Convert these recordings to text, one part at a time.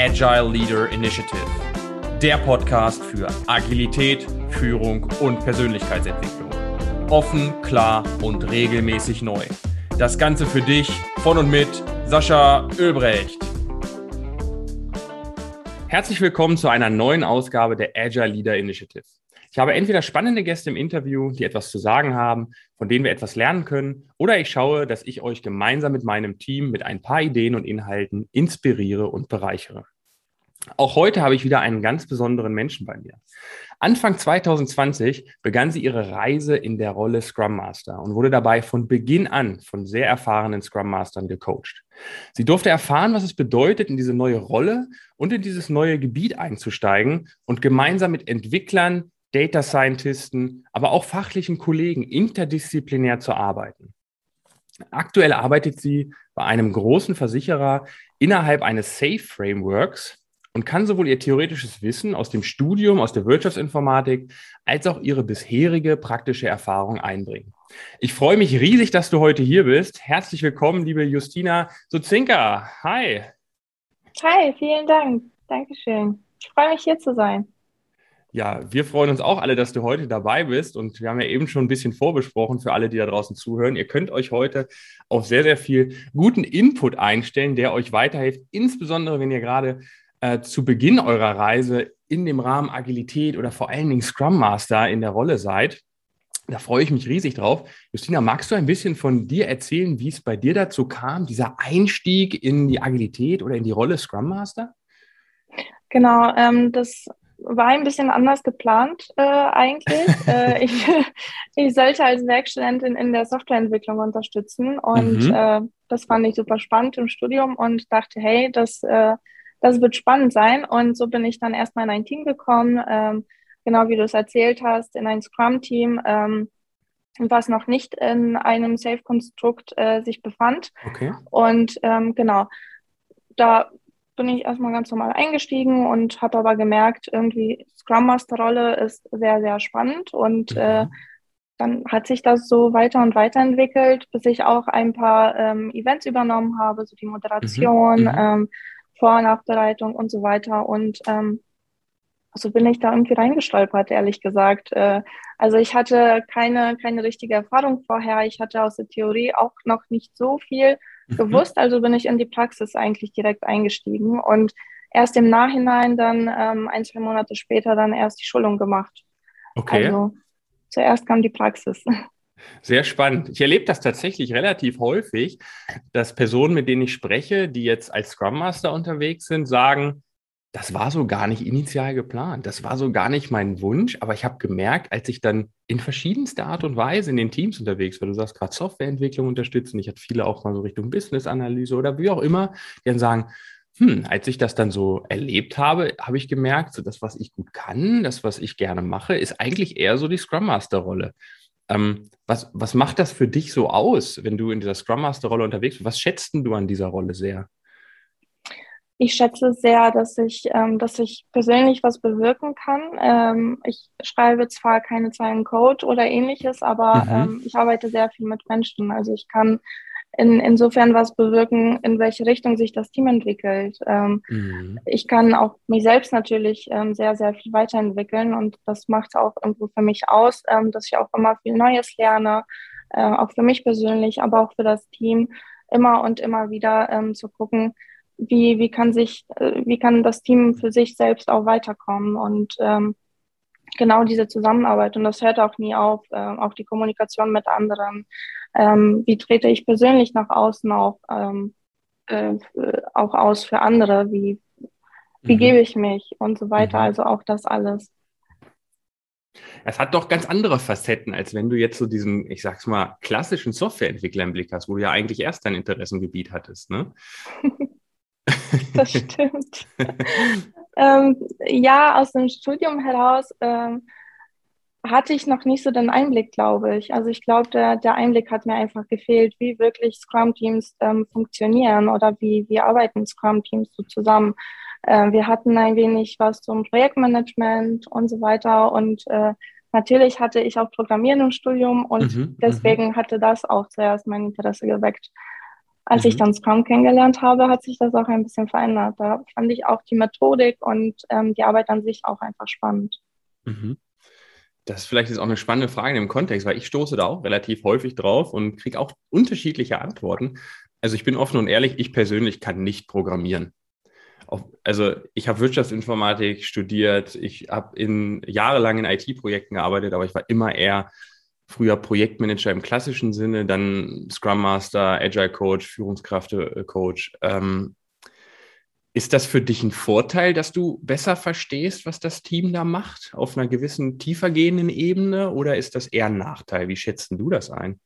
Agile Leader Initiative, der Podcast für Agilität, Führung und Persönlichkeitsentwicklung. Offen, klar und regelmäßig neu. Das Ganze für dich von und mit Sascha Oelbrecht. Herzlich willkommen zu einer neuen Ausgabe der Agile Leader Initiative. Ich habe entweder spannende Gäste im Interview, die etwas zu sagen haben, von denen wir etwas lernen können, oder ich schaue, dass ich euch gemeinsam mit meinem Team mit ein paar Ideen und Inhalten inspiriere und bereichere. Auch heute habe ich wieder einen ganz besonderen Menschen bei mir. Anfang 2020 begann sie ihre Reise in der Rolle Scrum Master und wurde dabei von Beginn an von sehr erfahrenen Scrum Mastern gecoacht. Sie durfte erfahren, was es bedeutet, in diese neue Rolle und in dieses neue Gebiet einzusteigen und gemeinsam mit Entwicklern, Data Scientisten, aber auch fachlichen Kollegen interdisziplinär zu arbeiten. Aktuell arbeitet sie bei einem großen Versicherer innerhalb eines SAFe-Frameworks und kann sowohl ihr theoretisches Wissen aus dem Studium, aus der Wirtschaftsinformatik, als auch ihre bisherige praktische Erfahrung einbringen. Ich freue mich riesig, dass du heute hier bist. Herzlich willkommen, liebe Justina Suzinka. Hi. Hi, vielen Dank. Dankeschön. Ich freue mich, hier zu sein. Ja, wir freuen uns auch alle, dass du heute dabei bist, und wir haben ja eben schon ein bisschen vorbesprochen für alle, die da draußen zuhören. Ihr könnt euch heute auf sehr, sehr viel guten Input einstellen, der euch weiterhilft, insbesondere wenn ihr gerade zu Beginn eurer Reise in dem Rahmen Agilität oder vor allen Dingen Scrum Master in der Rolle seid. Da freue ich mich riesig drauf. Justina, magst du ein bisschen von dir erzählen, wie es bei dir dazu kam, dieser Einstieg in die Agilität oder in die Rolle Scrum Master? Genau, das war ein bisschen anders geplant eigentlich. Ich sollte als Werkstudentin in der Softwareentwicklung unterstützen und Mhm. das fand ich super spannend im Studium und dachte, hey, das wird spannend sein. Und so bin ich dann erstmal in ein Team gekommen, genau wie du es erzählt hast, in ein Scrum-Team, was noch nicht in einem Safe-Konstrukt sich befand. Okay. Und genau, da bin ich erstmal ganz normal eingestiegen und habe aber gemerkt, irgendwie Scrum Master Rolle ist sehr, sehr spannend und Mhm. dann hat sich das so weiter und weiter entwickelt, bis ich auch ein paar Events übernommen habe, so die Mhm. Moderation, Mhm. Vor- und Nachbereitung und so weiter und so bin ich da irgendwie reingestolpert, ehrlich gesagt. Also ich hatte keine richtige Erfahrung vorher. Ich hatte aus der Theorie auch noch nicht so viel Mhm. gewusst. Also bin ich in die Praxis eigentlich direkt eingestiegen und erst im Nachhinein dann ein, zwei Monate später dann erst die Schulung gemacht. Okay. Also zuerst kam die Praxis. Sehr spannend. Ich erlebe das tatsächlich relativ häufig, dass Personen, mit denen ich spreche, die jetzt als Scrum Master unterwegs sind, sagen, das war so gar nicht initial geplant. Das war so gar nicht mein Wunsch. Aber ich habe gemerkt, als ich dann in verschiedenster Art und Weise in den Teams unterwegs war, du sagst gerade Softwareentwicklung unterstützen, ich hatte viele auch mal so Richtung Business-Analyse oder wie auch immer, die dann sagen, als ich das dann so erlebt habe, habe ich gemerkt, so das, was ich gut kann, das, was ich gerne mache, ist eigentlich eher so die Scrum Master-Rolle. Was macht das für dich so aus, wenn du in dieser Scrum Master-Rolle unterwegs bist? Was schätzt denn du an dieser Rolle sehr? Ich schätze sehr, dass ich persönlich was bewirken kann. Ich schreibe zwar keine Zeilen Code oder ähnliches, aber Mhm. ich arbeite sehr viel mit Menschen. Also ich kann insofern was bewirken, in welche Richtung sich das Team entwickelt. Mhm. Ich kann auch mich selbst natürlich sehr, sehr viel weiterentwickeln und das macht es auch irgendwo für mich aus, dass ich auch immer viel Neues lerne, auch für mich persönlich, aber auch für das Team, immer und immer wieder zu gucken, wie kann das Team für sich selbst auch weiterkommen und genau diese Zusammenarbeit und das hört auch nie auf, auch die Kommunikation mit anderen, wie trete ich persönlich nach außen äh, auch aus für andere, wie gebe Mhm. ich mich und so weiter, Mhm. also auch das alles. Es hat doch ganz andere Facetten, als wenn du jetzt so diesen, ich sag's mal, klassischen Softwareentwickler im Blick hast, wo du ja eigentlich erst dein Interessengebiet hattest, ne? Das stimmt. Ja, aus dem Studium heraus hatte ich noch nicht so den Einblick, glaube ich. Also ich glaube, der Einblick hat mir einfach gefehlt, wie wirklich Scrum-Teams funktionieren oder wie arbeiten Scrum-Teams so zusammen. Wir hatten ein wenig was zum Projektmanagement und so weiter. Und natürlich hatte ich auch Programmieren im Studium und Mhm. Mhm. deswegen hatte das auch zuerst mein Interesse geweckt. Als ich dann Scrum kennengelernt habe, hat sich das auch ein bisschen verändert. Da fand ich auch die Methodik und die Arbeit an sich auch einfach spannend. Mhm. Das ist vielleicht jetzt auch eine spannende Frage in dem Kontext, weil ich stoße da auch relativ häufig drauf und kriege auch unterschiedliche Antworten. Also ich bin offen und ehrlich, ich persönlich kann nicht programmieren. Also ich habe Wirtschaftsinformatik studiert, ich habe jahrelang in IT-Projekten gearbeitet, aber ich war immer eher früher Projektmanager im klassischen Sinne, dann Scrum Master, Agile Coach, Führungskraft-Coach. Ist das für dich ein Vorteil, dass du besser verstehst, was das Team da macht, auf einer gewissen tiefergehenden Ebene, oder ist das eher ein Nachteil? Wie schätzt du das ein?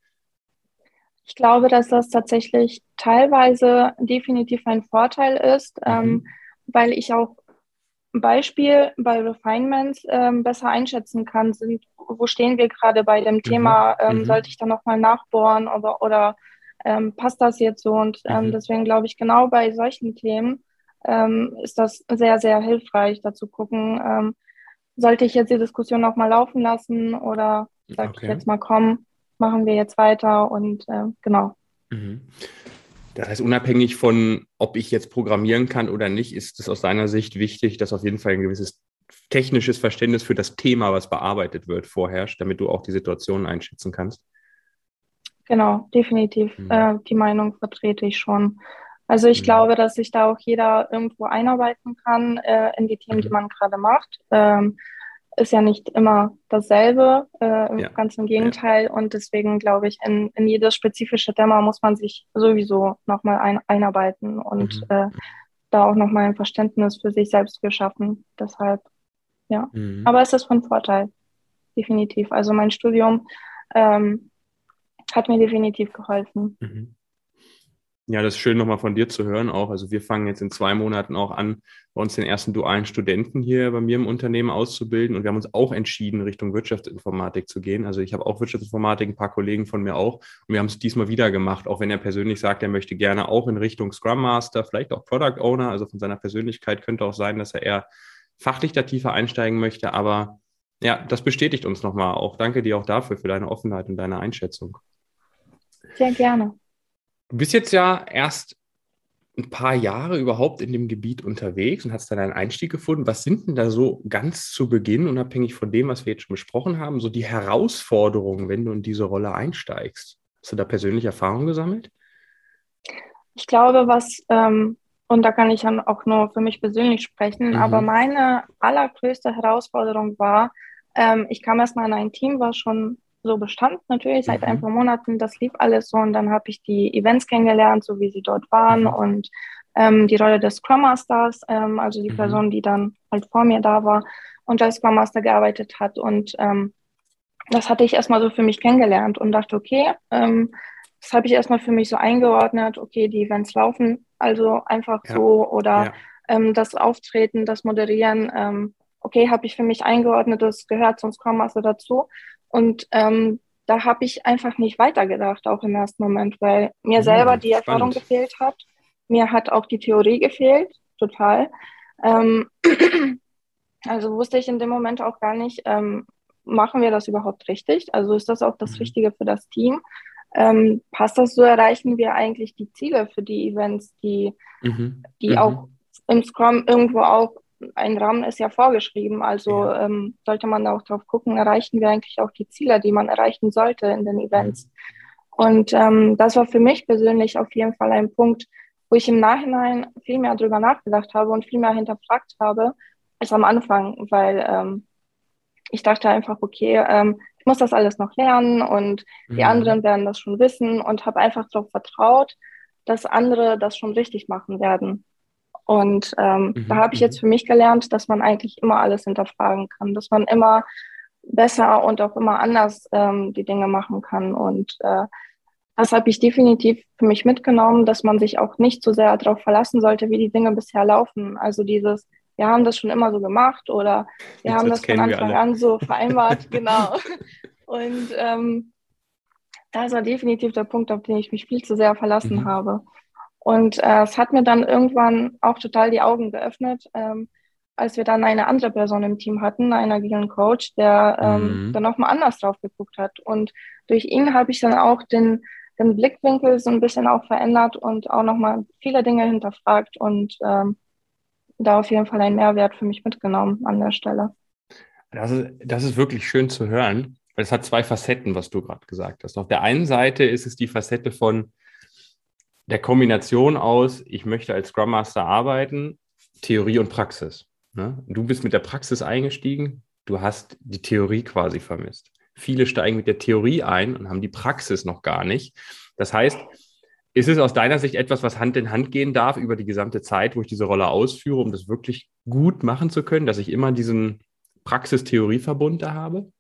Ich glaube, dass das tatsächlich teilweise definitiv ein Vorteil ist, Mhm. weil ich auch Beispiel bei Refinements besser einschätzen kann, wo stehen wir gerade bei dem Mhm. Thema, sollte Mhm. ich da nochmal nachbohren oder passt das jetzt so? Und Mhm. deswegen glaube ich, genau bei solchen Themen ist das sehr, sehr hilfreich, da zu gucken, sollte ich jetzt die Diskussion nochmal laufen lassen oder sage ich Okay. jetzt mal, komm, machen wir jetzt weiter und genau. Mhm. Das heißt, unabhängig von, ob ich jetzt programmieren kann oder nicht, ist es aus deiner Sicht wichtig, dass auf jeden Fall ein gewisses technisches Verständnis für das Thema, was bearbeitet wird, vorherrscht, damit du auch die Situation einschätzen kannst. Genau, definitiv. Mhm. Die Meinung vertrete ich schon. Also ich Mhm. glaube, dass sich da auch jeder irgendwo einarbeiten kann in die Themen, die Mhm. man gerade macht. Ist ja nicht immer dasselbe, Ja, ganz im ja. Gegenteil. Und deswegen glaube ich, in jedes spezifische Thema muss man sich sowieso nochmal einarbeiten und Mhm. da auch nochmal ein Verständnis für sich selbst für schaffen. Deshalb, ja. Mhm. Aber es ist von Vorteil, definitiv. Also mein Studium ähm, hat mir definitiv geholfen. Mhm. Ja, das ist schön nochmal von dir zu hören auch. Also wir fangen jetzt in 2 Monaten auch an, bei uns den ersten dualen Studenten hier bei mir im Unternehmen auszubilden. Und wir haben uns auch entschieden, Richtung Wirtschaftsinformatik zu gehen. Also ich habe auch Wirtschaftsinformatik, ein paar Kollegen von mir auch. Und wir haben es diesmal wieder gemacht, auch wenn er persönlich sagt, er möchte gerne auch in Richtung Scrum Master, vielleicht auch Product Owner. Also von seiner Persönlichkeit könnte auch sein, dass er eher fachlich da tiefer einsteigen möchte. Aber ja, das bestätigt uns nochmal auch. Danke dir auch dafür, für deine Offenheit und deine Einschätzung. Sehr gerne. Du bist jetzt ja erst ein paar Jahre überhaupt in dem Gebiet unterwegs und hast dann einen Einstieg gefunden. Was sind denn da so ganz zu Beginn, unabhängig von dem, was wir jetzt schon besprochen haben, so die Herausforderungen, wenn du in diese Rolle einsteigst? Hast du da persönliche Erfahrungen gesammelt? Ich glaube, und da kann ich dann auch nur für mich persönlich sprechen, aber Mhm. meine allergrößte Herausforderung war, ich kam erstmal in ein Team, was schon so bestand, natürlich seit ein paar Mhm. Monaten, das lief alles so und dann habe ich die Events kennengelernt, so wie sie dort waren Mhm. und die Rolle des Scrum Masters, also die Mhm. Person, die dann halt vor mir da war und als Scrum Master gearbeitet hat und das hatte ich erstmal so für mich kennengelernt und dachte, okay, das habe ich erstmal für mich so eingeordnet, okay, die Events laufen also einfach Ja, so oder ja. das Auftreten, das Moderieren, okay, habe ich für mich eingeordnet, das gehört zum Scrum Master dazu. Und da habe ich einfach nicht weitergedacht, auch im ersten Moment, weil mir selber Mhm. die Erfahrung Spannend. gefehlt hat. Mir hat auch die Theorie gefehlt, total. Ähm, also wusste ich in dem Moment auch gar nicht, machen wir das überhaupt richtig? Also ist das auch das Mhm. Richtige für das Team? Passt das so? Erreichen wir eigentlich die Ziele für die Events, Mhm. die auch Mhm. im Scrum irgendwo auch, ein Rahmen ist ja vorgeschrieben, also Ja. sollte man da auch drauf gucken, erreichen wir eigentlich auch die Ziele, die man erreichen sollte in den Mhm. Events. Und das war für mich persönlich auf jeden Fall ein Punkt, wo ich im Nachhinein viel mehr drüber nachgedacht habe und viel mehr hinterfragt habe als am Anfang, weil ich dachte einfach, okay, ich muss das alles noch lernen und die Mhm. anderen werden das schon wissen und habe einfach darauf vertraut, dass andere das schon richtig machen werden. Und da Mhm. habe ich jetzt Mhm. für mich gelernt, dass man eigentlich immer alles hinterfragen kann, dass man immer besser und auch immer anders die Dinge machen kann. Und das habe ich definitiv für mich mitgenommen, dass man sich auch nicht so sehr darauf verlassen sollte, wie die Dinge bisher laufen. Also dieses, wir haben das schon immer so gemacht oder wir Jetzt, haben jetzt das von kennen wir Anfang alle. an so vereinbart, genau. Und das war definitiv der Punkt, auf den ich mich viel zu sehr verlassen Mhm. habe. Und es hat mir dann irgendwann auch total die Augen geöffnet, als wir dann eine andere Person im Team hatten, einen agilen Coach, der dann Mhm. nochmal anders drauf geguckt hat. Und durch ihn habe ich dann auch den Blickwinkel so ein bisschen auch verändert und auch nochmal viele Dinge hinterfragt und da auf jeden Fall einen Mehrwert für mich mitgenommen an der Stelle. Das ist wirklich schön zu hören, weil es hat zwei Facetten, was du gerade gesagt hast. Auf der einen Seite ist es die Facette von der Kombination aus, ich möchte als Scrum Master arbeiten, Theorie und Praxis. Ne? Du bist mit der Praxis eingestiegen, du hast die Theorie quasi vermisst. Viele steigen mit der Theorie ein und haben die Praxis noch gar nicht. Das heißt, ist es aus deiner Sicht etwas, was Hand in Hand gehen darf über die gesamte Zeit, wo ich diese Rolle ausführe, um das wirklich gut machen zu können, dass ich immer diesen Praxis-Theorie-Verbund da habe?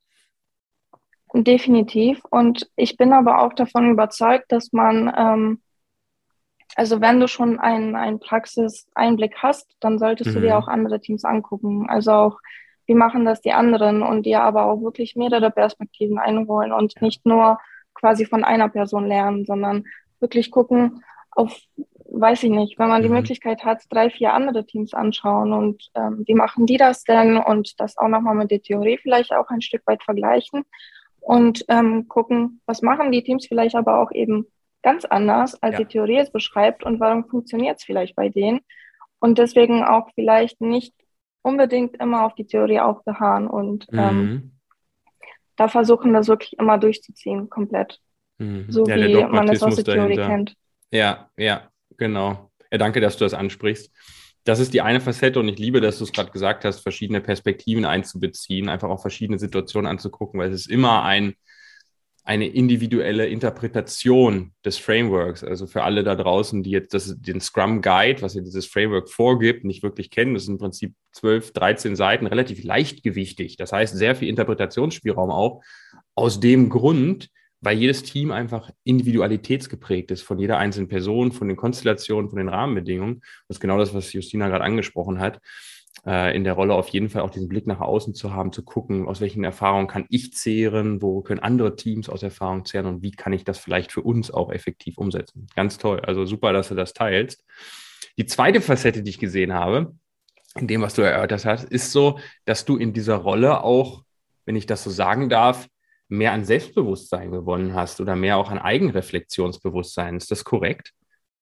Definitiv. Und ich bin aber auch davon überzeugt, dass man, also wenn du schon einen Praxiseinblick hast, dann solltest du dir auch Mhm. andere Teams angucken. Also auch, wie machen das die anderen und dir aber auch wirklich mehrere Perspektiven einholen und Ja. nicht nur quasi von einer Person lernen, sondern wirklich gucken auf, weiß ich nicht, wenn man die Mhm. Möglichkeit hat, 3, 4 andere Teams anschauen und wie machen die das denn und das auch nochmal mit der Theorie vielleicht auch ein Stück weit vergleichen und gucken, was machen die Teams vielleicht aber auch eben ganz anders, als die Ja. Theorie es beschreibt und warum funktioniert es vielleicht bei denen und deswegen auch vielleicht nicht unbedingt immer auf die Theorie auch beharren und Mhm. da versuchen, das wirklich immer durchzuziehen, komplett, Mhm. so Ja, der wie man es aus Dogmatismus der Theorie dahinter. kennt. Ja, ja, genau. Ja, danke, dass du das ansprichst. Das ist die eine Facette und ich liebe, dass du es gerade gesagt hast, verschiedene Perspektiven einzubeziehen, einfach auch verschiedene Situationen anzugucken, weil es ist immer eine individuelle Interpretation des Frameworks. Also für alle da draußen, die jetzt den Scrum Guide, was ja dieses Framework vorgibt, nicht wirklich kennen, das sind im Prinzip 12, 13 Seiten, relativ leichtgewichtig. Das heißt, sehr viel Interpretationsspielraum auch. Aus dem Grund, weil jedes Team einfach individualitätsgeprägt ist von jeder einzelnen Person, von den Konstellationen, von den Rahmenbedingungen. Das ist genau das, was Justina gerade angesprochen hat. In der Rolle auf jeden Fall auch diesen Blick nach außen zu haben, zu gucken, aus welchen Erfahrungen kann ich zehren, wo können andere Teams aus Erfahrung zehren und wie kann ich das vielleicht für uns auch effektiv umsetzen. Ganz toll. Also super, dass du das teilst. Die zweite Facette, die ich gesehen habe, in dem, was du erörtert hast, ist so, dass du in dieser Rolle auch, wenn ich das so sagen darf, mehr an Selbstbewusstsein gewonnen hast oder mehr auch an Eigenreflexionsbewusstsein. Ist das korrekt?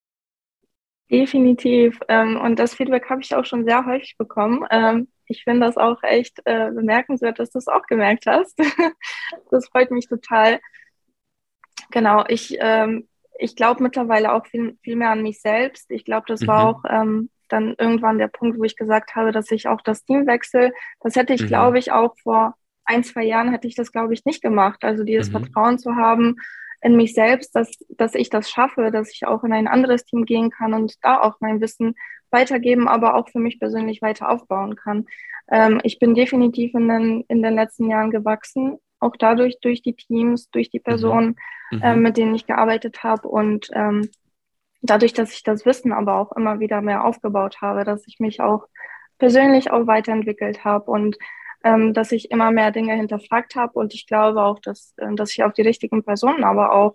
Definitiv. Und das Feedback habe ich auch schon sehr häufig bekommen. Ich finde das auch echt bemerkenswert, dass du es auch gemerkt hast. Das freut mich total. Genau, ich glaube mittlerweile auch viel mehr an mich selbst. Ich glaube, das war auch Mhm. dann irgendwann der Punkt, wo ich gesagt habe, dass ich auch das Team wechsle. Das hätte ich, glaube Mhm. ich, auch vor 1, 2 Jahren hätte ich das, glaube ich, nicht gemacht. Also dieses Mhm. Vertrauen zu haben in mich selbst, dass ich das schaffe, dass ich auch in ein anderes Team gehen kann und da auch mein Wissen weitergeben, aber auch für mich persönlich weiter aufbauen kann. Ich bin definitiv in den letzten Jahren gewachsen, auch dadurch, durch die Teams, durch die Mhm. Personen, Mhm. mit denen ich gearbeitet habe und dadurch, dass ich das Wissen aber auch immer wieder mehr aufgebaut habe, dass ich mich auch persönlich auch weiterentwickelt habe und dass ich immer mehr Dinge hinterfragt habe und ich glaube auch, dass ich auf die richtigen Personen aber auch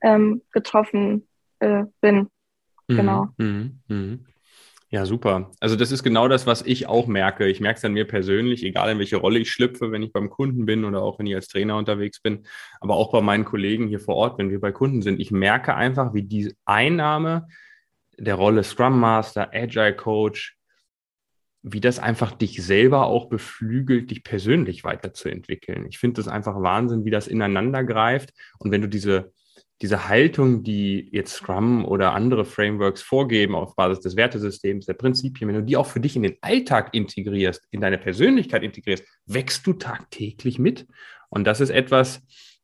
getroffen bin. Genau. Mhm. Mhm. Mhm. Ja, super. Also das ist genau das, was ich auch merke. Ich merke es an mir persönlich, egal in welche Rolle ich schlüpfe, wenn ich beim Kunden bin oder auch wenn ich als Trainer unterwegs bin, aber auch bei meinen Kollegen hier vor Ort, wenn wir bei Kunden sind. Ich merke einfach, wie die Einnahme der Rolle Scrum Master, Agile Coach, wie das einfach dich selber auch beflügelt, dich persönlich weiterzuentwickeln. Ich finde das einfach Wahnsinn, wie das ineinander greift. Und wenn du diese Haltung, die jetzt Scrum oder andere Frameworks vorgeben auf Basis des Wertesystems, der Prinzipien, wenn du die auch für dich in den Alltag integrierst, in deine Persönlichkeit integrierst, wächst du tagtäglich mit. Und das ist etwas,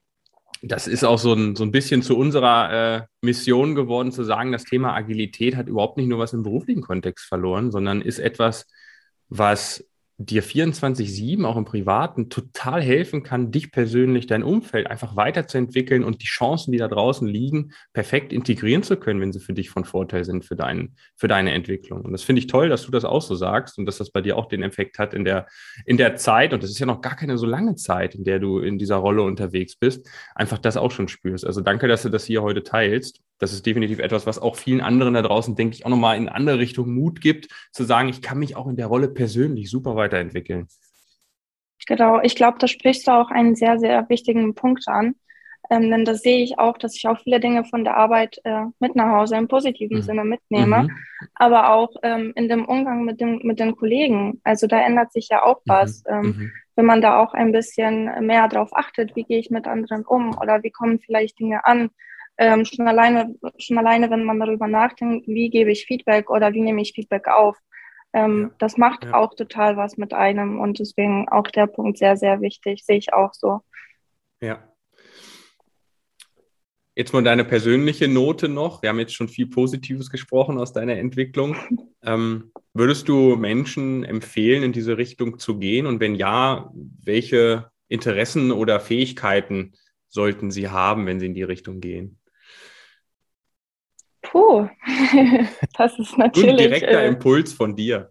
das ist auch so ein bisschen zu unserer Mission geworden, zu sagen, das Thema Agilität hat überhaupt nicht nur was im beruflichen Kontext verloren, sondern ist etwas, was dir 24/7 auch im Privaten total helfen kann, dich persönlich, dein Umfeld einfach weiterzuentwickeln und die Chancen, die da draußen liegen, perfekt integrieren zu können, wenn sie für dich von Vorteil sind für deine Entwicklung. Und das finde ich toll, dass du das auch so sagst und dass das bei dir auch den Effekt hat in der Zeit, und das ist ja noch gar keine so lange Zeit, in der du in dieser Rolle unterwegs bist, einfach das auch schon spürst. Also danke, dass du das hier heute teilst. Das ist definitiv etwas, was auch vielen anderen da draußen, denke ich, auch nochmal in eine andere Richtung Mut gibt, zu sagen, ich kann mich auch in der Rolle persönlich super weiterentwickeln. Genau, ich glaube, da sprichst du auch einen sehr, sehr wichtigen Punkt an. Denn das sehe ich auch, dass ich auch viele Dinge von der Arbeit mit nach Hause im positiven Mhm. Sinne mitnehme, Mhm. aber auch in dem Umgang mit den Kollegen. Also da ändert sich ja auch was. Mhm. Mhm. Wenn man da auch ein bisschen mehr darauf achtet, wie gehe ich mit anderen um oder wie kommen vielleicht Dinge an. Schon alleine, wenn man darüber nachdenkt, wie gebe ich Feedback oder wie nehme ich Feedback auf. Ja, Das macht ja, auch total was mit einem und deswegen auch der Punkt sehr, sehr wichtig, sehe ich auch so. ja. Jetzt mal deine persönliche Note noch. Wir haben jetzt schon viel Positives gesprochen aus deiner Entwicklung. Würdest du Menschen empfehlen, in diese Richtung zu gehen? Und wenn ja, welche Interessen oder Fähigkeiten sollten sie haben, wenn sie in die Richtung gehen? Puh, das ist Nur ein natürlich direkter Impuls von dir.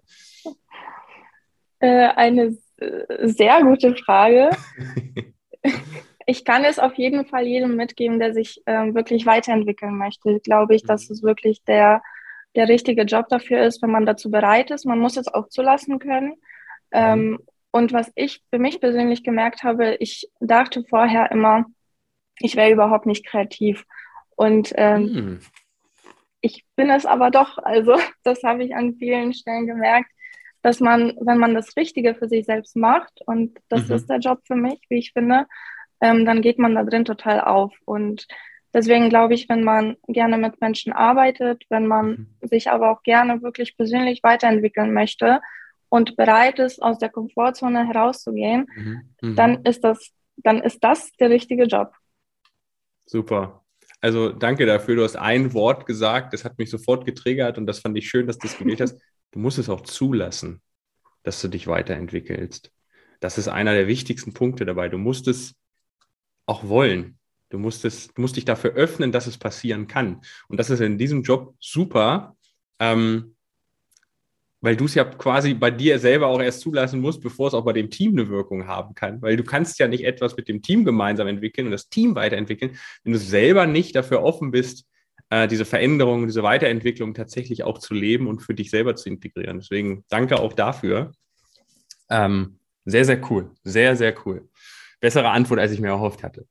eine sehr gute Frage. Ich kann es auf jeden Fall jedem mitgeben, der sich wirklich weiterentwickeln möchte. Glaube ich, dass Mhm. es wirklich der richtige Job dafür ist, wenn man dazu bereit ist. Man muss es auch zulassen können. Mhm. Ähm, und was ich für mich persönlich gemerkt habe, ich dachte vorher immer, ich wäre überhaupt nicht kreativ. Und Mhm. ich bin es aber doch. Also das habe ich an vielen Stellen gemerkt, dass man, wenn man das Richtige für sich selbst macht, und das ist Mhm. der Job für mich, wie ich finde, dann geht man da drin total auf. Und deswegen glaube ich, wenn man gerne mit Menschen arbeitet, wenn man Mhm. sich aber auch gerne wirklich persönlich weiterentwickeln möchte und bereit ist, aus der Komfortzone herauszugehen, Mhm. dann Mhm. ist dann ist das der richtige Job. Super. Also danke dafür. Du hast ein Wort gesagt, das hat mich sofort getriggert und das fand ich schön, dass du es gewählt hast. Du musst es auch zulassen, dass du dich weiterentwickelst. Das ist einer der wichtigsten Punkte dabei. Du musst es auch wollen. Du musst dich dafür öffnen, dass es passieren kann. Und das ist in diesem Job super, ähm, weil du es ja quasi bei dir selber auch erst zulassen musst, bevor es auch bei dem Team eine Wirkung haben kann. Weil du kannst ja nicht etwas mit dem Team gemeinsam entwickeln und das Team weiterentwickeln, wenn du selber nicht dafür offen bist, diese Veränderung, diese Weiterentwicklung tatsächlich auch zu leben und für dich selber zu integrieren. Deswegen danke auch dafür. Sehr, sehr cool. Sehr, sehr cool. Bessere Antwort, als ich mir erhofft hatte.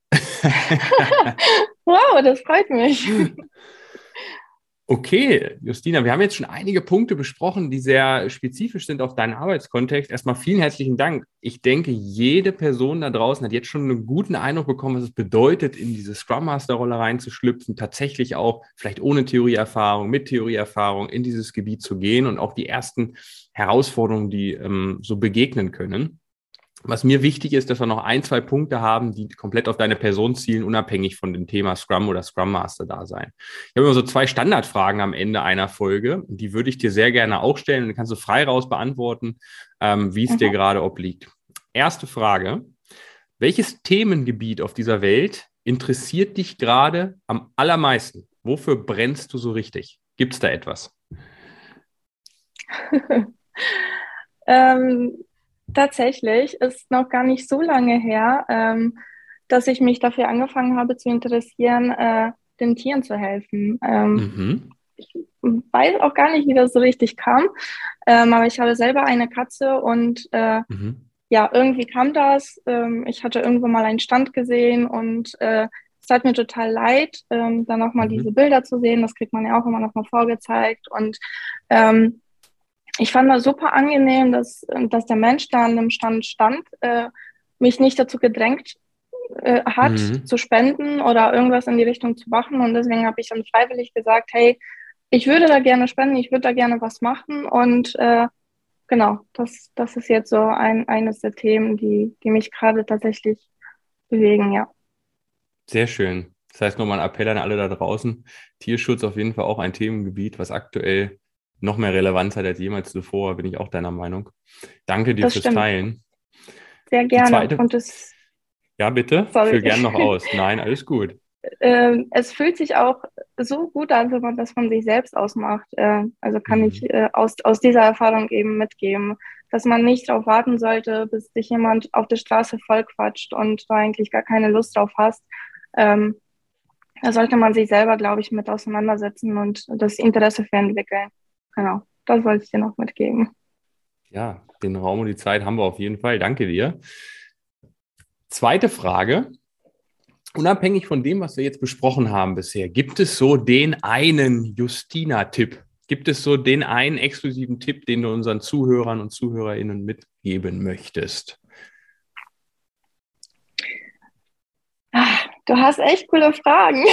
Wow, das freut mich. Okay, Justina, wir haben jetzt schon einige Punkte besprochen, die sehr spezifisch sind auf deinen Arbeitskontext. Erstmal vielen herzlichen Dank. Ich denke, jede Person da draußen hat jetzt schon einen guten Eindruck bekommen, was es bedeutet, in diese Scrum Master-Rolle reinzuschlüpfen, tatsächlich auch vielleicht ohne Theorieerfahrung, mit Theorieerfahrung in dieses Gebiet zu gehen und auch die ersten Herausforderungen, die so begegnen können. Was mir wichtig ist, dass wir noch ein, zwei Punkte haben, die komplett auf deine Person zielen, unabhängig von dem Thema Scrum oder Scrum Master da sein. Ich habe immer so zwei Standardfragen am Ende einer Folge. Die würde ich dir sehr gerne auch stellen. Die kannst du frei raus beantworten, wie es dir Mhm. gerade obliegt. Erste Frage. Welches Themengebiet auf dieser Welt interessiert dich gerade am allermeisten? Wofür brennst du so richtig? Gibt es da etwas? Ähm, Tatsächlich ist noch gar nicht so lange her, dass ich mich dafür angefangen habe zu interessieren, den Tieren zu helfen. Mhm. Ich weiß auch gar nicht, wie das so richtig kam, aber ich habe selber eine Katze und Mhm. ja, irgendwie kam das. Ich hatte irgendwo mal einen Stand gesehen und es tat mir total leid, dann nochmal diese Mhm. Bilder zu sehen. Das kriegt man ja auch immer nochmal vorgezeigt und ähm, ich fand das super angenehm, dass der Mensch da an dem Stand stand, mich nicht dazu gedrängt hat, Mhm. zu spenden oder irgendwas in die Richtung zu machen. Und deswegen habe ich dann freiwillig gesagt, hey, ich würde da gerne spenden, ich würde da gerne was machen. Und genau, das ist jetzt so eines der Themen, die mich gerade tatsächlich bewegen, ja. Sehr schön. Das heißt, nochmal ein Appell an alle da draußen. Tierschutz auf jeden Fall auch ein Themengebiet, was aktuell noch mehr Relevanz hat als jemals zuvor, bin ich auch deiner Meinung. Danke dir Das fürs stimmt, Teilen. sehr Die gerne. zweite, Und es, ja, bitte, sorry, führ gern noch aus. Nein, alles gut. es fühlt sich auch so gut an, wenn man das von sich selbst ausmacht. Also kann ich Mhm. aus dieser Erfahrung eben mitgeben, dass man nicht darauf warten sollte, bis dich jemand auf der Straße vollquatscht und du eigentlich gar keine Lust drauf hast. Ähm, Da sollte man sich selber, glaube ich, mit auseinandersetzen und das Interesse für entwickeln. Genau, das wollte ich dir noch mitgeben. Ja, den Raum und die Zeit haben wir auf jeden Fall. Danke dir. Zweite Frage. unabhängig von dem, was wir jetzt besprochen haben bisher, gibt es so den einen Justina-Tipp? Gibt es so den einen exklusiven Tipp, den du unseren Zuhörern und ZuhörerInnen mitgeben möchtest? Du hast echt coole Fragen.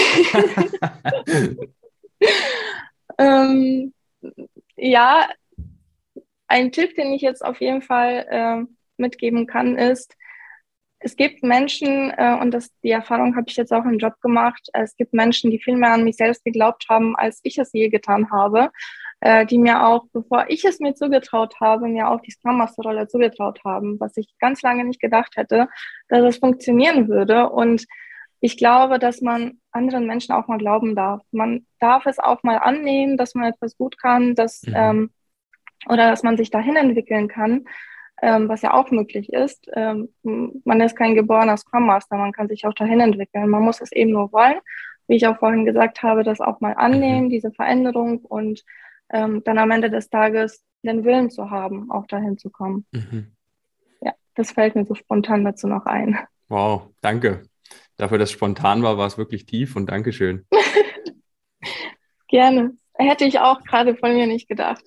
Ja, ein Tipp, den ich jetzt auf jeden Fall mitgeben kann, ist, es gibt Menschen, und die Erfahrung habe ich jetzt auch im Job gemacht, es gibt Menschen, die viel mehr an mich selbst geglaubt haben, als ich es je getan habe, die mir auch, bevor ich es mir zugetraut habe, mir auch die Scrum Master Rolle zugetraut haben, was ich ganz lange nicht gedacht hätte, dass es funktionieren würde. Und ich glaube, dass man anderen Menschen auch mal glauben darf. Man darf es auch mal annehmen, dass man etwas gut kann, oder dass man sich dahin entwickeln kann, was ja auch möglich ist. Man ist kein geborener Scrum Master, man kann sich auch dahin entwickeln. Man muss es eben nur wollen, wie ich auch vorhin gesagt habe, das auch mal annehmen, diese Veränderung und dann am Ende des Tages den Willen zu haben, auch dahin zu kommen. Ja, das fällt mir so spontan dazu noch ein. Wow, danke. Dafür, dass es spontan war, war es wirklich tief und Dankeschön. Gerne. Hätte ich auch gerade von mir nicht gedacht.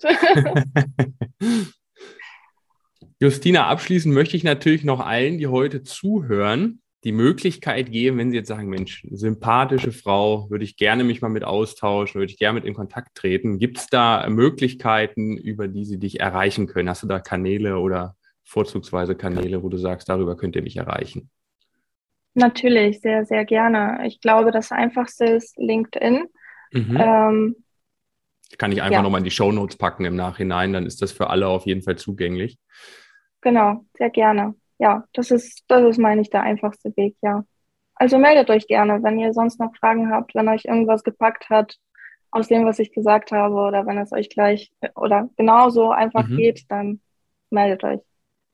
Justina, abschließend möchte ich natürlich noch allen, die heute zuhören, die Möglichkeit geben, wenn sie jetzt sagen, Mensch, sympathische Frau, würde ich gerne mich mal mit austauschen, würde ich gerne mit in Kontakt treten. Gibt es da Möglichkeiten, über die sie dich erreichen können? Hast du da Kanäle oder vorzugsweise Kanäle, wo du sagst, darüber könnt ihr mich erreichen? Natürlich, sehr, sehr gerne. Ich glaube, das Einfachste ist LinkedIn. Kann ich einfach nochmal in die Shownotes packen im Nachhinein, dann ist das für alle auf jeden Fall zugänglich. Genau, sehr gerne. Ja, das ist, meine ich, der einfachste Weg, ja. Also meldet euch gerne, wenn ihr sonst noch Fragen habt, wenn euch irgendwas gepackt hat aus dem, was ich gesagt habe, oder wenn es euch gleich oder genauso einfach geht, dann meldet euch.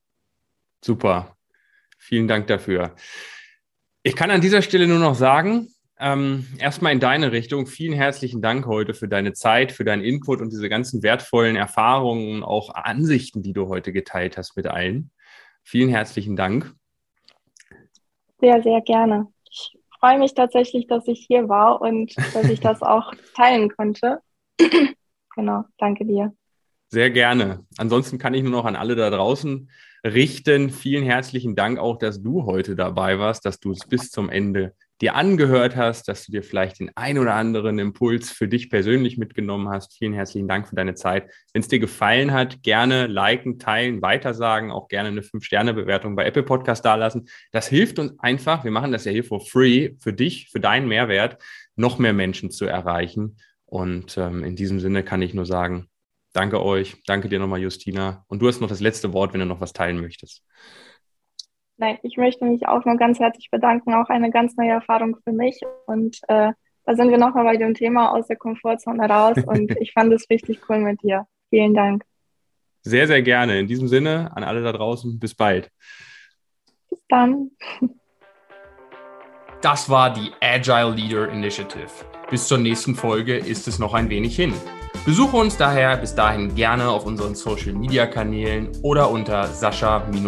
Super. Vielen Dank dafür. Ich kann an dieser Stelle nur noch sagen, erstmal in deine Richtung, vielen herzlichen Dank heute für deine Zeit, für deinen Input und diese ganzen wertvollen Erfahrungen und auch Ansichten, die du heute geteilt hast mit allen. Vielen herzlichen Dank. Sehr, sehr gerne. Ich freue mich tatsächlich, dass ich hier war und dass ich das auch teilen konnte. Genau, danke dir. Sehr gerne. Ansonsten kann ich nur noch an alle da draußen richten. Vielen herzlichen Dank auch, dass du heute dabei warst, dass du es bis zum Ende dir angehört hast, dass du dir vielleicht den ein oder anderen Impuls für dich persönlich mitgenommen hast. Vielen herzlichen Dank für deine Zeit. Wenn es dir gefallen hat, gerne liken, teilen, weitersagen, auch gerne eine 5-Sterne-Bewertung bei Apple Podcast dalassen. Das hilft uns einfach, wir machen das ja hier for free, für dich, für deinen Mehrwert, noch mehr Menschen zu erreichen. Und in diesem Sinne kann ich nur sagen, danke euch, danke dir nochmal, Justina. Und du hast noch das letzte Wort, wenn du noch was teilen möchtest. Nein, ich möchte mich auch nur ganz herzlich bedanken. Auch eine ganz neue Erfahrung für mich. Und da sind wir nochmal bei dem Thema aus der Komfortzone raus. Und ich fand es richtig cool mit dir. Vielen Dank. Sehr, sehr gerne. In diesem Sinne, an alle da draußen, bis bald. Bis dann. Das war die Agile Leader Initiative. Bis zur nächsten Folge ist es noch ein wenig hin. Besuche uns daher bis dahin gerne auf unseren Social-Media-Kanälen oder unter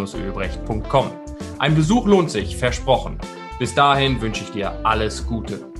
sascha-ölbrecht.com. Ein Besuch lohnt sich, versprochen. Bis dahin wünsche ich dir alles Gute.